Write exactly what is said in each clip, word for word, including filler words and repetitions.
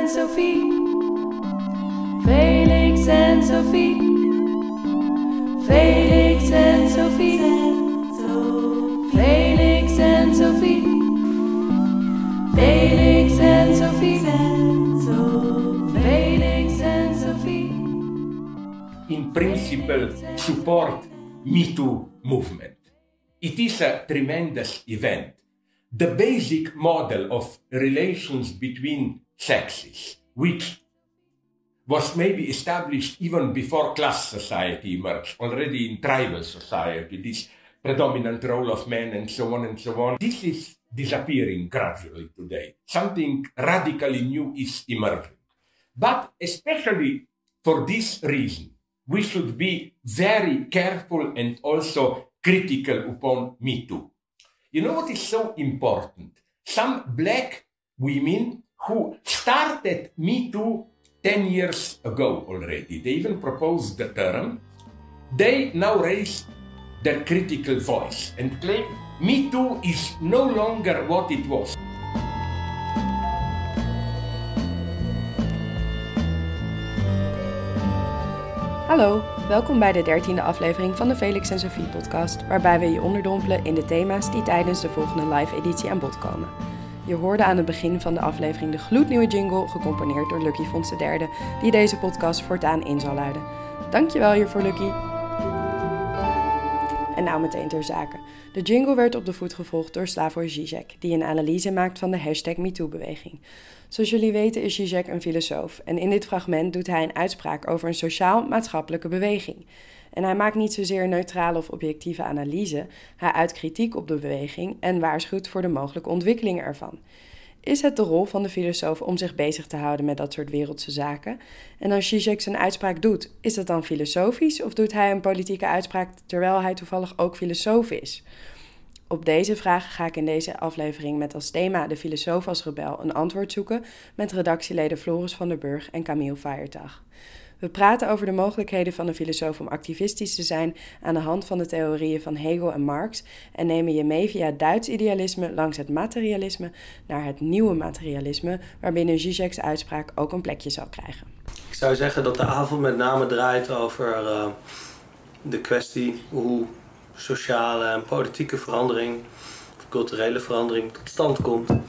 en Sophie. Felix en Sophie. Felix en Sophie. Felix en Sophie. Felix en Sophie. Felix en Sophie. In principle, support Me Too movement. It is a tremendous event. The basic model of relations between sexes, which was maybe established even before class society emerged, already in tribal society, this predominant role of men and so on and so on. This is disappearing gradually today. Something radically new is emerging. But especially for this reason, we should be very careful and also critical upon Me Too. You know what is so important? Some black women who started Me Too ten years ago already, they even proposed the term, they now raise their critical voice and claim Me Too is no longer what it was. Hallo, welkom bij de dertiende aflevering van de Felix en Sophie podcast, waarbij we je onderdompelen in de thema's die tijdens de volgende live-editie aan bod komen. Je hoorde aan het begin van de aflevering de gloednieuwe jingle, gecomponeerd door Lucky Fons de derde, die deze podcast voortaan in zal luiden. Dankjewel hiervoor, Lucky. En nou meteen ter zake. De jingle werd op de voet gevolgd door Slavoj Žižek, die een analyse maakt van de hashtag MeToo-beweging. Zoals jullie weten is Žižek een filosoof en in dit fragment doet hij een uitspraak over een sociaal-maatschappelijke beweging. En hij maakt niet zozeer een neutrale of objectieve analyse, hij uit kritiek op de beweging en waarschuwt voor de mogelijke ontwikkelingen ervan. Is het de rol van de filosoof om zich bezig te houden met dat soort wereldse zaken? En als Žižek zijn uitspraak doet, is dat dan filosofisch of doet hij een politieke uitspraak terwijl hij toevallig ook filosoof is? Op deze vraag ga ik in deze aflevering met als thema de filosoof als rebel een antwoord zoeken met redactieleden Floris van der Burg en Camille Feiertag. We praten over de mogelijkheden van een filosoof om activistisch te zijn aan de hand van de theorieën van Hegel en Marx en nemen je mee via het Duits idealisme langs het materialisme naar het nieuwe materialisme, waarbinnen Žižek's uitspraak ook een plekje zal krijgen. Ik zou zeggen dat de avond met name draait over uh, de kwestie hoe sociale en politieke verandering, of culturele verandering tot stand komt. Um,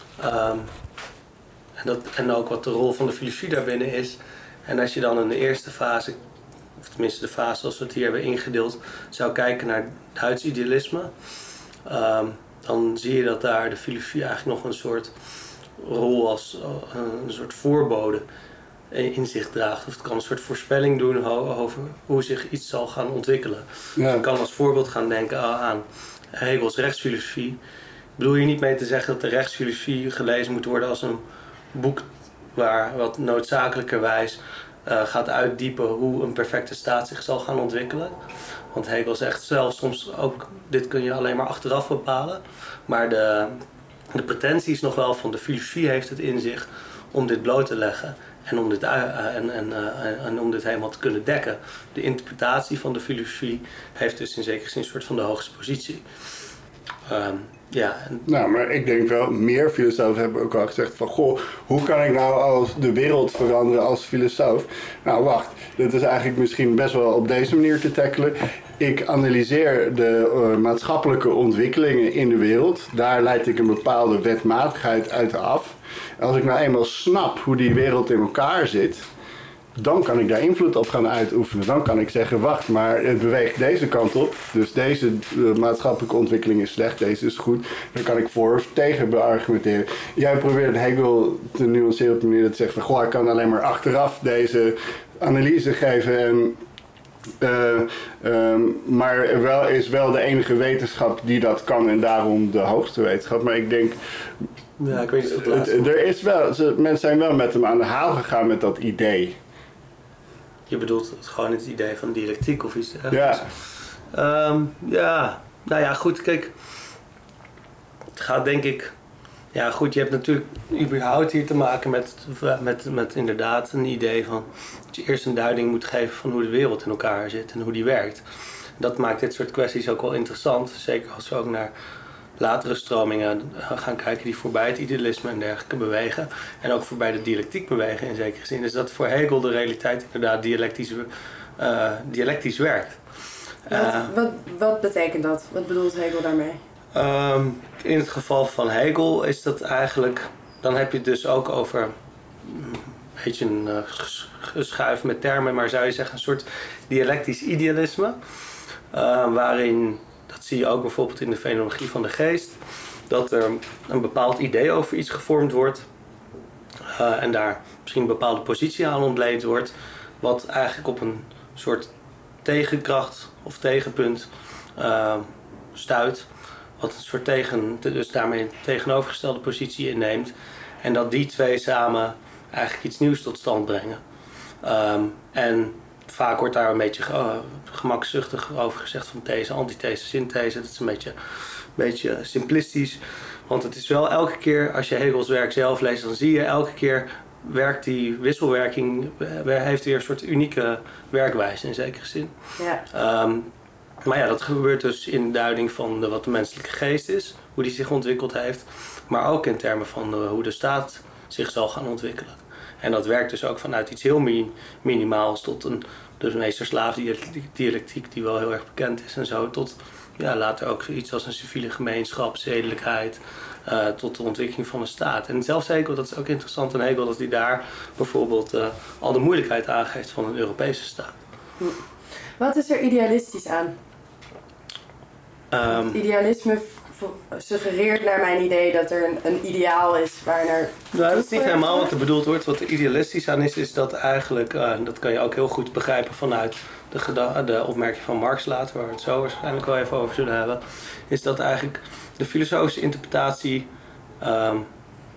en, dat, en ook wat de rol van de filosofie daarbinnen is. En als je dan in de eerste fase, of tenminste de fase zoals we het hier hebben ingedeeld, zou kijken naar Duits idealisme, um, dan zie je dat daar de filosofie eigenlijk nog een soort rol als uh, een soort voorbode in zich draagt. Of het kan een soort voorspelling doen over hoe zich iets zal gaan ontwikkelen. Ja. Dus je kan als voorbeeld gaan denken aan Hegels rechtsfilosofie. Ik bedoel hier niet mee te zeggen dat de rechtsfilosofie gelezen moet worden als een boek waar wat noodzakelijkerwijs uh, gaat uitdiepen hoe een perfecte staat zich zal gaan ontwikkelen. Want Hegel zegt zelf soms ook, dit kun je alleen maar achteraf bepalen. Maar de, de pretentie is nog wel van de filosofie heeft het in zich om dit bloot te leggen. En om, dit, uh, en, en, uh, en om dit helemaal te kunnen dekken. De interpretatie van de filosofie heeft dus in zekere zin een soort van de hoogste positie. Um, ja. En... Nou, maar ik denk wel, meer filosofen hebben ook al gezegd van, goh, hoe kan ik nou als de wereld veranderen als filosoof? Nou, wacht, dit is eigenlijk misschien best wel op deze manier te tackelen. Ik analyseer de uh, maatschappelijke ontwikkelingen in de wereld. Daar leid ik een bepaalde wetmatigheid uit af. En als ik nou eenmaal snap hoe die wereld in elkaar zit, dan kan ik daar invloed op gaan uitoefenen. Dan kan ik zeggen, wacht, maar het beweegt deze kant op. Dus deze uh, maatschappelijke ontwikkeling is slecht, deze is goed. Dan kan ik voor of tegen beargumenteren. Jij probeert Hegel te nuanceren op de manier dat zegt van, goh, ik kan alleen maar achteraf deze analyse geven en... Uh, um, maar wel is wel de enige wetenschap die dat kan en daarom de hoogste wetenschap. Maar ik denk, ja, ik weet niet of het, het, er is wel, ze, mensen zijn wel met hem aan de haal gegaan met dat idee. Je bedoelt het, gewoon het idee van dialectiek of iets dergelijks? Ja. Um, ja, nou ja, goed, kijk. Het gaat denk ik... Ja goed, je hebt natuurlijk überhaupt hier te maken met, met, met inderdaad een idee van... dat je eerst een duiding moet geven van hoe de wereld in elkaar zit en hoe die werkt. Dat maakt dit soort kwesties ook wel interessant. Zeker als we ook naar latere stromingen gaan kijken die voorbij het idealisme en dergelijke bewegen. En ook voorbij de dialectiek bewegen in zekere zin. Dus dat voor Hegel de realiteit inderdaad dialectisch, uh, dialectisch werkt. Wat, uh, wat, wat betekent dat? Wat bedoelt Hegel daarmee? Um, in het geval van Hegel is dat eigenlijk... Dan heb je het dus ook over... een beetje een uh, geschuif met termen, maar zou je zeggen een soort dialectisch idealisme. Uh, waarin, dat zie je ook bijvoorbeeld in de fenomenologie van de geest, dat er een bepaald idee over iets gevormd wordt uh, en daar misschien een bepaalde positie aan ontleend wordt, wat eigenlijk op een soort tegenkracht of tegenpunt uh, stuit, wat een soort tegen, dus daarmee een tegenovergestelde positie inneemt en dat die twee samen eigenlijk iets nieuws tot stand brengen. Um, en vaak wordt daar een beetje uh, gemakzuchtig over gezegd van these, antithese, synthese. Dat is een beetje, een beetje simplistisch. Want het is wel elke keer, als je Hegels werk zelf leest, dan zie je elke keer werkt die wisselwerking, heeft weer een soort unieke werkwijze in zekere zin. Ja. Um, maar ja, dat gebeurt dus in de duiding van de, wat de menselijke geest is, hoe die zich ontwikkeld heeft. Maar ook in termen van de, hoe de staat zich zal gaan ontwikkelen. En dat werkt dus ook vanuit iets heel min, minimaals tot een de meester-slaaf-dialectiek die wel heel erg bekend is en zo, tot ja, later ook iets als een civiele gemeenschap, zedelijkheid, uh, tot de ontwikkeling van de staat. En zelfs Hegel, dat is ook interessant in Hegel, dat hij daar bijvoorbeeld uh, al de moeilijkheid aangeeft van een Europese staat. Wat is er idealistisch aan? Um, Idealisme suggereert naar mijn idee dat er een, een ideaal is waar naar... Nou, dat is niet helemaal wat er bedoeld wordt. Wat er idealistisch aan is, is dat eigenlijk, uh, dat kan je ook heel goed begrijpen vanuit de, geda- de opmerking van Marx later, waar we het zo waarschijnlijk wel even over zullen hebben, is dat eigenlijk de filosofische interpretatie um,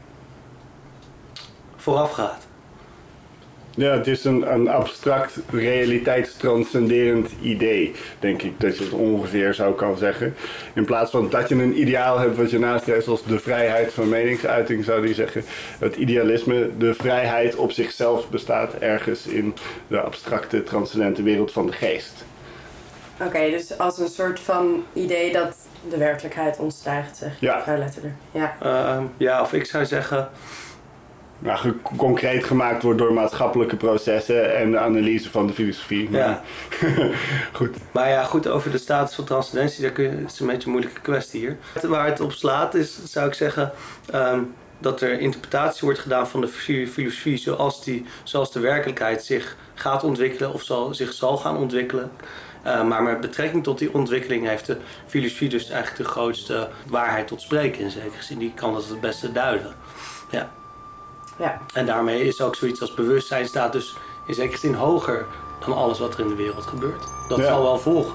vooraf gaat. Ja, het is een, een abstract, realiteitstranscenderend idee, denk ik dat je het ongeveer zou kan zeggen. In plaats van dat je een ideaal hebt wat je nastreeft, zoals de vrijheid van meningsuiting, zou die zeggen. Het idealisme, de vrijheid op zichzelf bestaat ergens in de abstracte, transcendente wereld van de geest. Oké, okay, dus als een soort van idee dat de werkelijkheid ontstijgt, zeg je. Ja. Letterlijk. Ja. Uh, ja, of ik zou zeggen... Nou, ge- concreet gemaakt wordt door maatschappelijke processen en de analyse van de filosofie. Maar... Ja. goed. Maar ja, goed, over de status van transcendentie, dat is een beetje een moeilijke kwestie hier. Waar het op slaat is, zou ik zeggen, um, dat er interpretatie wordt gedaan van de filosofie zoals, die, zoals de werkelijkheid zich gaat ontwikkelen of zal, zich zal gaan ontwikkelen. Uh, maar met betrekking tot die ontwikkeling heeft de filosofie dus eigenlijk de grootste waarheid tot spreken in zekere zin. Die kan dat het beste duiden. Ja. Ja. En daarmee is ook zoiets als bewustzijn staat dus in zekere zin hoger dan alles wat er in de wereld gebeurt. Dat ja. zal wel volgen.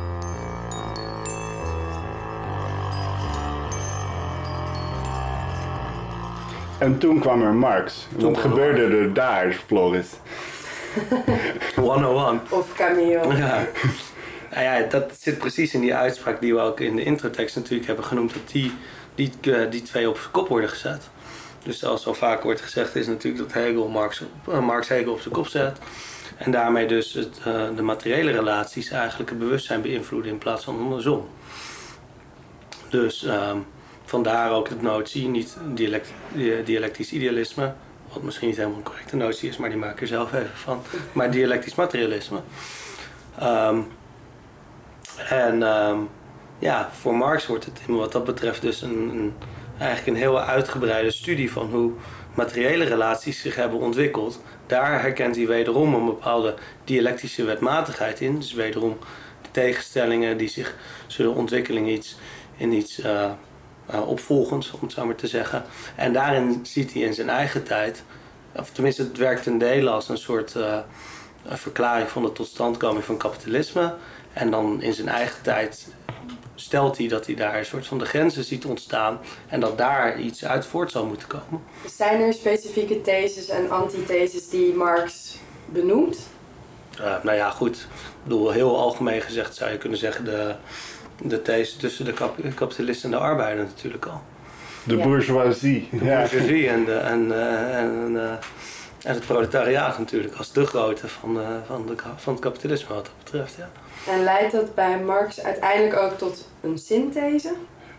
En toen kwam er Marx. Toen Wat gebeurde er, er daar, Floris? honderdéén. Of Camille. Ja. Nou ja, dat zit precies in die uitspraak die we ook in de introtekst natuurlijk hebben genoemd. Dat die, die, die twee op zijn kop worden gezet. Dus zoals al vaak wordt gezegd is natuurlijk dat Hegel Marx, uh, Marx Hegel op zijn kop zet. En daarmee dus het, uh, de materiële relaties eigenlijk het bewustzijn beïnvloeden in plaats van andersom. Dus um, vandaar ook de notie, niet dialect, dialectisch idealisme, wat misschien niet helemaal een correcte notie is, maar die maak ik er zelf even van. Maar dialectisch materialisme. Um, en um, ja, voor Marx wordt het wat dat betreft dus een... een eigenlijk een heel uitgebreide studie van hoe materiële relaties zich hebben ontwikkeld. Daar herkent hij wederom een bepaalde dialectische wetmatigheid in. Dus wederom de tegenstellingen die zich zullen ontwikkelen in iets, in iets uh, uh, opvolgends, om het zo maar te zeggen. En daarin ziet hij in zijn eigen tijd, of tenminste het werkt ten dele als een soort uh, een verklaring van de totstandkoming van kapitalisme. En dan in zijn eigen tijd stelt hij dat hij daar een soort van de grenzen ziet ontstaan en dat daar iets uit voort zal moeten komen. Zijn er specifieke theses en antitheses die Marx benoemt? Uh, nou ja, goed. Ik bedoel, heel algemeen gezegd zou je kunnen zeggen de, de these tussen de kap- kapitalist en de arbeider natuurlijk al. De ja. bourgeoisie. De bourgeoisie ja. en, de, en, uh, en, uh, en het proletariaat natuurlijk als de grootte van, uh, van, de, van het kapitalisme wat dat betreft, ja. En leidt dat bij Marx uiteindelijk ook tot een synthese?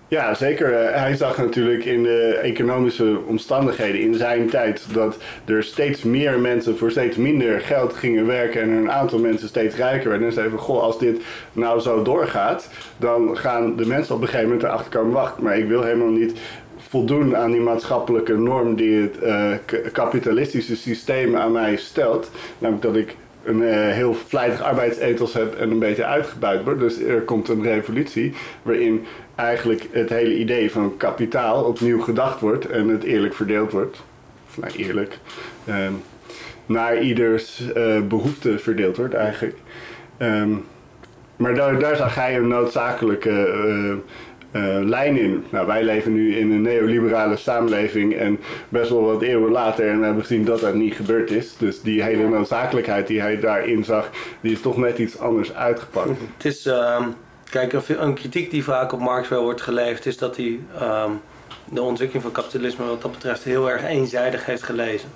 Ja, zeker. Hij zag natuurlijk in de economische omstandigheden in zijn tijd dat er steeds meer mensen voor steeds minder geld gingen werken en een aantal mensen steeds rijker werden. En zei van, goh, als dit nou zo doorgaat, dan gaan de mensen op een gegeven moment erachter komen, wacht, maar ik wil helemaal niet voldoen aan die maatschappelijke norm die het uh, k- kapitalistische systeem aan mij stelt. Namelijk dat ik een uh, heel vlijtig arbeidsethos heb en een beetje uitgebuit word. Dus er komt een revolutie waarin eigenlijk het hele idee van kapitaal opnieuw gedacht wordt en het eerlijk verdeeld wordt. Of nou eerlijk, um, naar ieders uh, behoefte verdeeld wordt eigenlijk. Um, maar daar, daar zag hij een noodzakelijke uh, Uh, lijn in. Nou, wij leven nu in een neoliberale samenleving en best wel wat eeuwen later en we hebben gezien dat dat niet gebeurd is. Dus die hele noodzakelijkheid die hij daarin zag, die is toch net iets anders uitgepakt. Het is, uh, kijk, een, een kritiek die vaak op Marx wel wordt geleverd is dat hij um, de ontwikkeling van kapitalisme wat dat betreft heel erg eenzijdig heeft gelezen.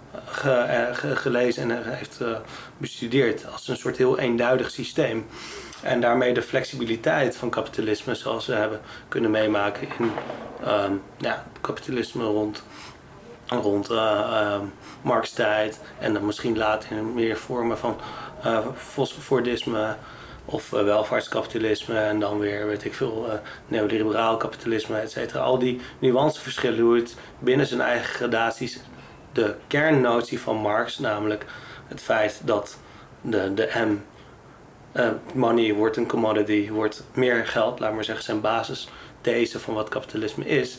Ge, ge, gelezen en heeft uh, bestudeerd als een soort heel eenduidig systeem. En daarmee de flexibiliteit van kapitalisme zoals we hebben kunnen meemaken in um, ja, kapitalisme rond, rond uh, uh, Marx-tijd. En dan misschien later in meer vormen van uh, Fordisme of uh, welvaartskapitalisme. En dan weer, weet ik veel, uh, neoliberaal kapitalisme, et cetera. Al die nuanceverschillen, hoe het binnen zijn eigen gradaties de kernnotie van Marx, namelijk het feit dat de, de M... Uh, money wordt een commodity, wordt meer geld, laat maar zeggen, zijn basisthese van wat kapitalisme is,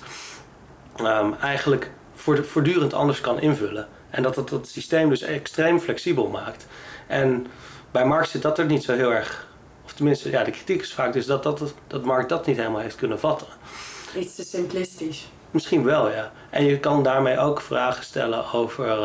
um, eigenlijk voortdurend anders kan invullen. En dat het het systeem dus extreem flexibel maakt. En bij Marx zit dat er niet zo heel erg, of tenminste, ja, de kritiek is vaak dus dat, dat, dat Marx dat niet helemaal heeft kunnen vatten. Iets te simplistisch. Misschien wel, ja. En je kan daarmee ook vragen stellen over...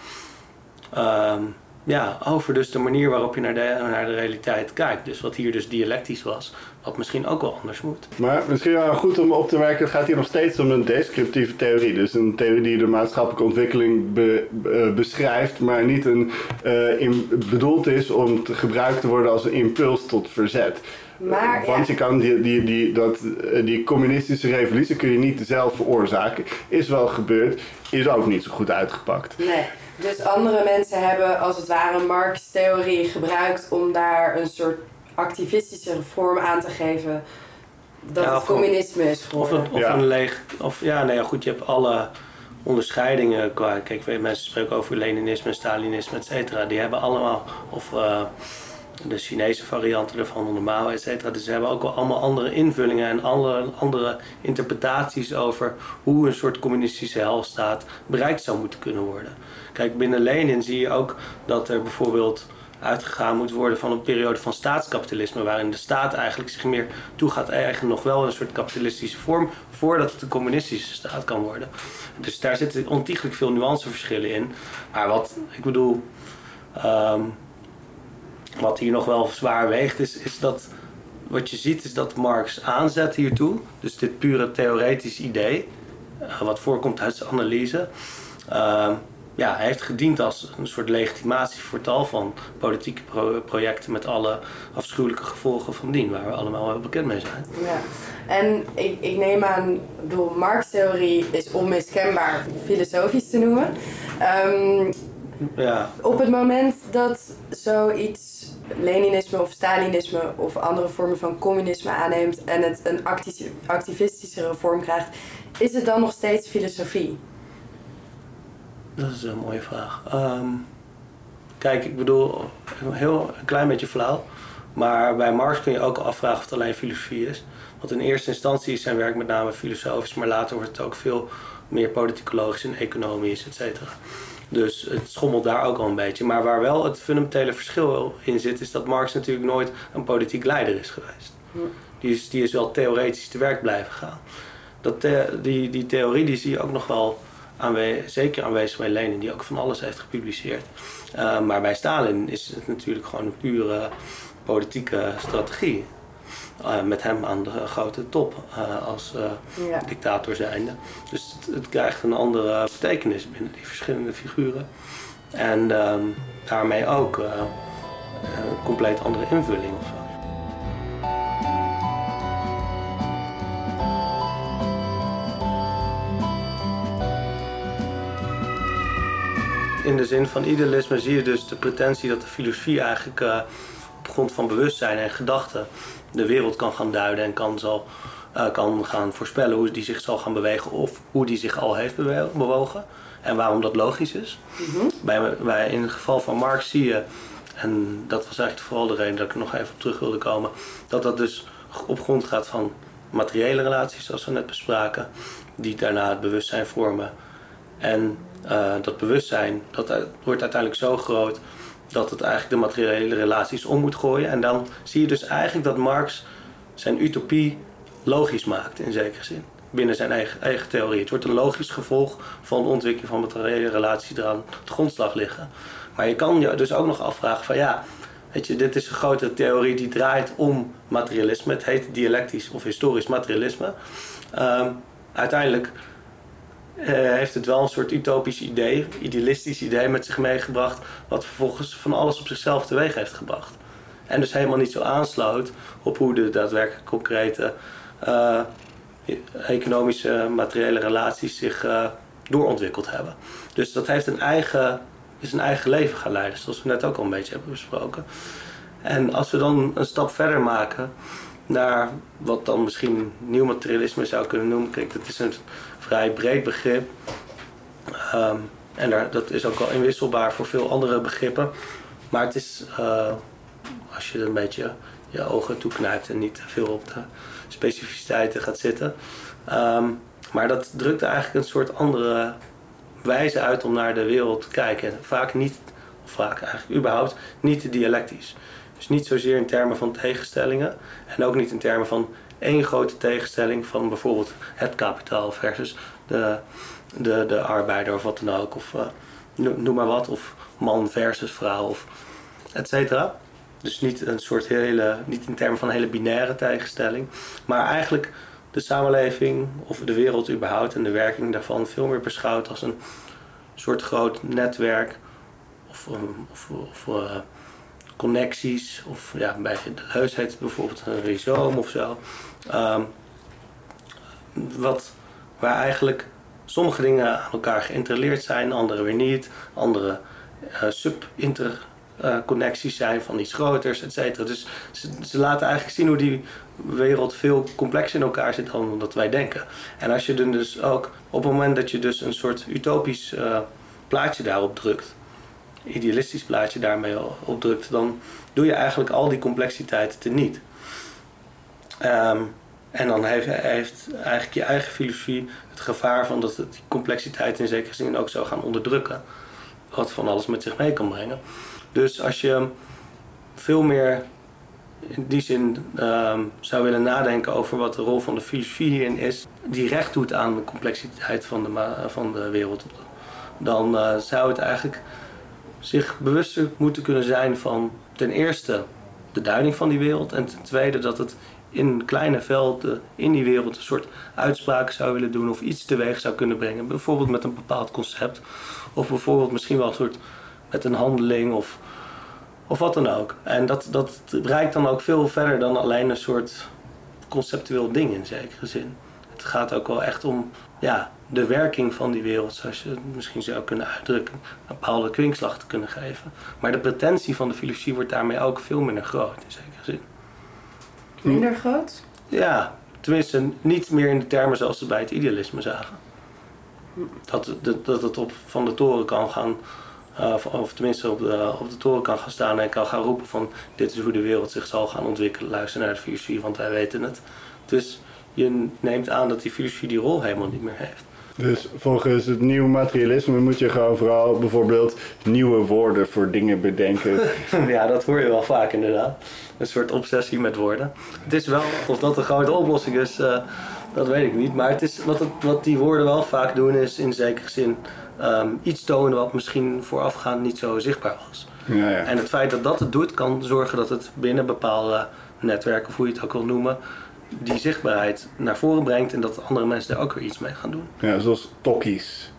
Uh, um, Ja, over dus de manier waarop je naar de, naar de realiteit kijkt. Dus wat hier dus dialectisch was, wat misschien ook wel anders moet. Maar misschien wel goed om op te merken, het gaat hier nog steeds om een descriptieve theorie. Dus een theorie die de maatschappelijke ontwikkeling be, be, beschrijft, maar niet een, uh, in, bedoeld is om te gebruikt te worden als een impuls tot verzet. Maar, Want ja. je kan die, die, die, dat, die communistische revolutie kun je niet zelf veroorzaken. Is wel gebeurd, is ook niet zo goed uitgepakt. Nee. Dus andere mensen hebben als het ware Marx-theorie gebruikt om daar een soort activistische vorm aan te geven dat ja, het communisme is geworden. Of een, of ja. een leeg... Of, ja, nee, goed, je hebt alle onderscheidingen qua... Kijk, mensen spreken over Leninisme, Stalinisme, et cetera. Die hebben allemaal... Of uh, de Chinese varianten ervan, onder Mao, et cetera. Dus ze hebben ook wel allemaal andere invullingen en andere, andere interpretaties over hoe een soort communistische helstaat bereikt zou moeten kunnen worden. Kijk, binnen Lenin zie je ook dat er bijvoorbeeld uitgegaan moet worden van een periode van staatskapitalisme, waarin de staat eigenlijk zich meer toegaat eigenlijk nog wel in een soort kapitalistische vorm, voordat het een communistische staat kan worden. Dus daar zitten ontiegelijk veel nuanceverschillen in. Maar wat, ik bedoel, um, wat hier nog wel zwaar weegt, is, is dat wat je ziet is dat Marx aanzet hiertoe, dus dit pure theoretisch idee, uh, wat voorkomt uit zijn analyse, uh, ja, heeft gediend als een soort legitimatie voor tal van politieke pro- projecten met alle afschuwelijke gevolgen van dien, waar we allemaal wel bekend mee zijn. Ja, en ik, ik neem aan, door Marx-theorie is onmiskenbaar filosofisch te noemen. Um, Ja. Op het moment dat zoiets Leninisme of Stalinisme of andere vormen van communisme aanneemt en het een acti- activistischere vorm krijgt, is het dan nog steeds filosofie? Dat is een mooie vraag. Um, kijk, ik bedoel, heel een klein beetje flauw, maar bij Marx kun je ook afvragen of het alleen filosofie is. Want in eerste instantie is zijn werk met name filosofisch, maar later wordt het ook veel meer politicologisch en economisch, et cetera. Dus het schommelt daar ook al een beetje. Maar waar wel het fundamentele verschil in zit, is dat Marx natuurlijk nooit een politiek leider is geweest. Die is, die is wel theoretisch te werk blijven gaan. Dat the, die, die theorie die zie je ook nog wel aanwe- zeker aanwezig bij Lenin, die ook van alles heeft gepubliceerd. Uh, maar bij Stalin is het natuurlijk gewoon een pure politieke strategie. Uh, met hem aan de grote top uh, als uh, Ja. dictator zijnde. Dus het, het krijgt een andere betekenis binnen die verschillende figuren. En uh, daarmee ook uh, een compleet andere invulling of zo. in de zin van idealisme zie je dus de pretentie dat de filosofie eigenlijk uh, op grond van bewustzijn en gedachten de wereld kan gaan duiden en kan, zal, uh, kan gaan voorspellen hoe die zich zal gaan bewegen of hoe die zich al heeft bewe- bewogen en waarom dat logisch is. Mm-hmm. Bij, bij, in het geval van Marx zie je, en dat was eigenlijk vooral de reden dat ik er nog even op terug wilde komen, dat dat dus op grond gaat van materiële relaties zoals we net bespraken, die daarna het bewustzijn vormen. En uh, dat bewustzijn dat wordt uiteindelijk zo groot dat het eigenlijk de materiële relaties om moet gooien. En dan zie je dus eigenlijk dat Marx zijn utopie logisch maakt in zekere zin. Binnen zijn eigen, eigen theorie. Het wordt een logisch gevolg van de ontwikkeling van materiële relaties die aan het grondslag liggen. Maar je kan je dus ook nog afvragen van ja, weet je, dit is een grotere theorie die draait om materialisme. Het heet dialectisch of historisch materialisme. Um, uiteindelijk uh, heeft het wel een soort utopisch idee, idealistisch idee met zich meegebracht, wat vervolgens van alles op zichzelf teweeg heeft gebracht. En dus helemaal niet zo aansloot op hoe de daadwerkelijk concrete uh, economische, materiële relaties zich uh, doorontwikkeld hebben. Dus dat heeft een eigen, is een eigen leven gaan leiden, zoals we net ook al een beetje hebben besproken. En als we dan een stap verder maken naar wat dan misschien nieuw materialisme zou kunnen noemen. Kijk, dat is een vrij breed begrip. Um, en daar, dat is ook wel inwisselbaar voor veel andere begrippen. Maar het is, uh, als je een beetje je ogen toeknijpt en niet te veel op de specificiteiten gaat zitten. Um, maar dat drukt eigenlijk een soort andere wijze uit om naar de wereld te kijken. Vaak niet, of vaak eigenlijk überhaupt, niet dialectisch. Dus niet zozeer in termen van tegenstellingen en ook niet in termen van één grote tegenstelling van bijvoorbeeld het kapitaal versus de, de, de arbeider of wat dan ook. Of uh, noem maar wat, of man versus vrouw of et cetera. Dus niet een soort hele, niet in termen van een hele binaire tegenstelling, maar eigenlijk de samenleving of de wereld überhaupt en de werking daarvan veel meer beschouwd als een soort groot netwerk of, of, of uh, connecties, of ja, bij de Leus heet het bijvoorbeeld een rhizoom of zo. Um, wat, waar eigenlijk sommige dingen aan elkaar geïnterreleerd zijn, andere weer niet. Andere uh, sub-interconnecties uh, zijn van iets groters, et cetera. Dus ze, ze laten eigenlijk zien hoe die wereld veel complexer in elkaar zit dan dat wij denken. En als je dan dus ook, op het moment dat je dus een soort utopisch uh, plaatje daarop drukt, idealistisch plaatje daarmee opdrukt, dan doe je eigenlijk al die complexiteit teniet. Um, en dan heeft, heeft eigenlijk je eigen filosofie het gevaar van dat het die complexiteit in zekere zin ook zou gaan onderdrukken. Wat van alles met zich mee kan brengen. Dus als je veel meer in die zin um, zou willen nadenken over wat de rol van de filosofie hierin is, die recht doet aan de complexiteit van de, ma- van de wereld, dan uh, zou het eigenlijk zich bewuster moeten kunnen zijn van ten eerste de duiding van die wereld en ten tweede dat het in kleine velden in die wereld een soort uitspraken zou willen doen of iets teweeg zou kunnen brengen. Bijvoorbeeld met een bepaald concept of bijvoorbeeld misschien wel een soort met een handeling of, of wat dan ook. En dat, dat reikt dan ook veel verder dan alleen een soort conceptueel ding in zekere zin. Het gaat ook wel echt om ja, de werking van die wereld, zoals je het misschien zou kunnen uitdrukken, een bepaalde kwinkslag te kunnen geven. Maar de pretentie van de filosofie wordt daarmee ook veel minder groot in zekere zin. Minder groot? Ja, tenminste niet meer in de termen zoals ze bij het idealisme zagen. Dat, dat, dat het op van de toren kan gaan, uh, of tenminste op de, op de toren kan gaan staan en kan gaan roepen van dit is hoe de wereld zich zal gaan ontwikkelen, luister naar de filosofie, want wij weten het. Dus je neemt aan dat die filosofie die rol helemaal niet meer heeft. Dus volgens het nieuw materialisme moet je gewoon vooral bijvoorbeeld nieuwe woorden voor dingen bedenken. Ja, dat hoor je wel vaak inderdaad. Een soort obsessie met woorden. Het is wel, of dat een grote oplossing is, uh, dat weet ik niet. Maar het is, wat, het, wat die woorden wel vaak doen is in zekere zin um, iets tonen wat misschien voorafgaand niet zo zichtbaar was. Ja, ja. En het feit dat dat het doet kan zorgen dat het binnen bepaalde netwerken, of hoe je het ook wil noemen, die zichtbaarheid naar voren brengt en dat andere mensen daar ook weer iets mee gaan doen. Ja, zoals tokkies.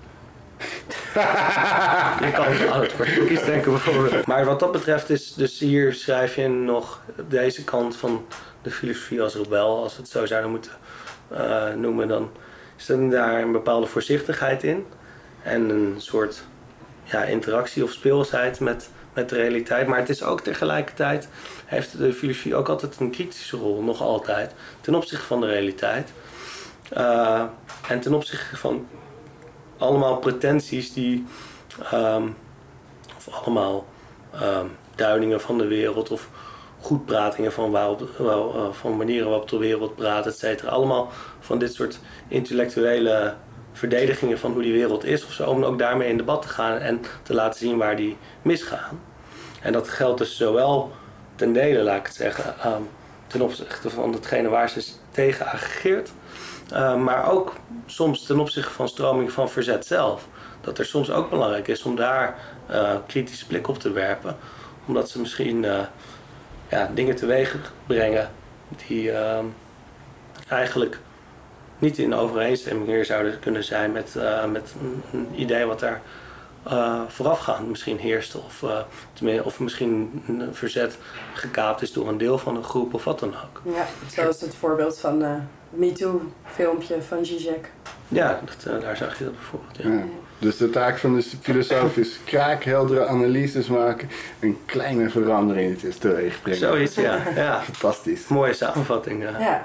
Je kan aan het woord tokkies denken bijvoorbeeld. Maar wat dat betreft is, dus hier schrijf je nog op deze kant van de filosofie als rebel, als we het zo zouden moeten uh, noemen, dan is er daar een bepaalde voorzichtigheid in. En een soort ja, interactie of speelsheid met, met de realiteit. Maar het is ook tegelijkertijd, heeft de filosofie ook altijd een kritische rol, nog altijd, ten opzichte van de realiteit. Uh, en ten opzichte van allemaal pretenties die, um, of allemaal um, duidingen van de wereld of goedpratingen van, waarop, uh, van manieren waarop de wereld praat, et cetera. Allemaal van dit soort intellectuele verdedigingen van hoe die wereld is of zo, om ook daarmee in debat te gaan en te laten zien waar die misgaan. En dat geldt dus zowel ten dele, laat ik het zeggen, um, ten opzichte van hetgene waar ze tegen ageert, uh, maar ook soms ten opzichte van stroming van verzet zelf. Dat er soms ook belangrijk is om daar uh, kritische blik op te werpen, omdat ze misschien uh, ja, dingen teweeg brengen die uh, eigenlijk niet in overeenstemming hier zouden kunnen zijn met, uh, met een, een idee wat daar uh, voorafgaand misschien heerste. Of, uh, tenminste, of misschien een verzet gekaapt is door een deel van een groep of wat dan ook. Ja, zoals het voorbeeld van uh, MeToo-filmpje van Zizek. Ja, dat, uh, daar zag je dat bijvoorbeeld. Ja. Ja. Dus de taak van de filosoof is kraakheldere analyses maken en kleine veranderingen teweeg brengen. Zoiets, ja. ja. Fantastisch. Mooie samenvatting. Uh. Ja.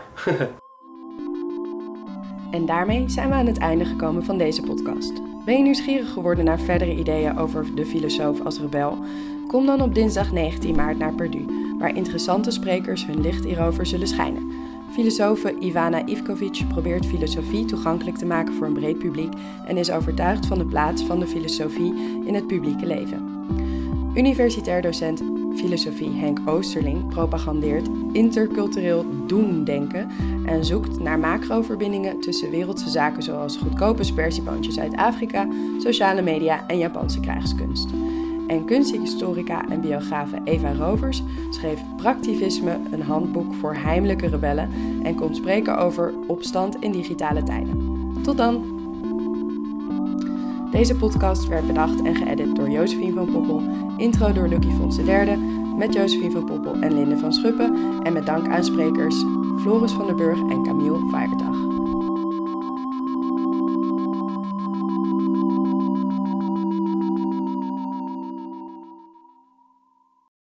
En daarmee zijn we aan het einde gekomen van deze podcast. Ben je nieuwsgierig geworden naar verdere ideeën over de filosoof als rebel? Kom dan op dinsdag negentien maart naar Perdue, waar interessante sprekers hun licht hierover zullen schijnen. Filosofe Ivana Ivkovic probeert filosofie toegankelijk te maken voor een breed publiek en is overtuigd van de plaats van de filosofie in het publieke leven. Universitair docent filosofie Henk Oosterling propagandeert intercultureel doen-denken en zoekt naar macroverbindingen tussen wereldse zaken zoals goedkope spersieboontjes uit Afrika, sociale media en Japanse krijgskunst. En kunsthistorica en biografe Eva Rovers schreef Praktivisme, een handboek voor heimelijke rebellen en komt spreken over opstand in digitale tijden. Tot dan! Deze podcast werd bedacht en geëdit door Josephine van Poppel, intro door Lucky Fons de derde, met Josephine van Poppel en Linde van Schuppen en met dank aan sprekers Floris van der Burg en Camille Feierdag.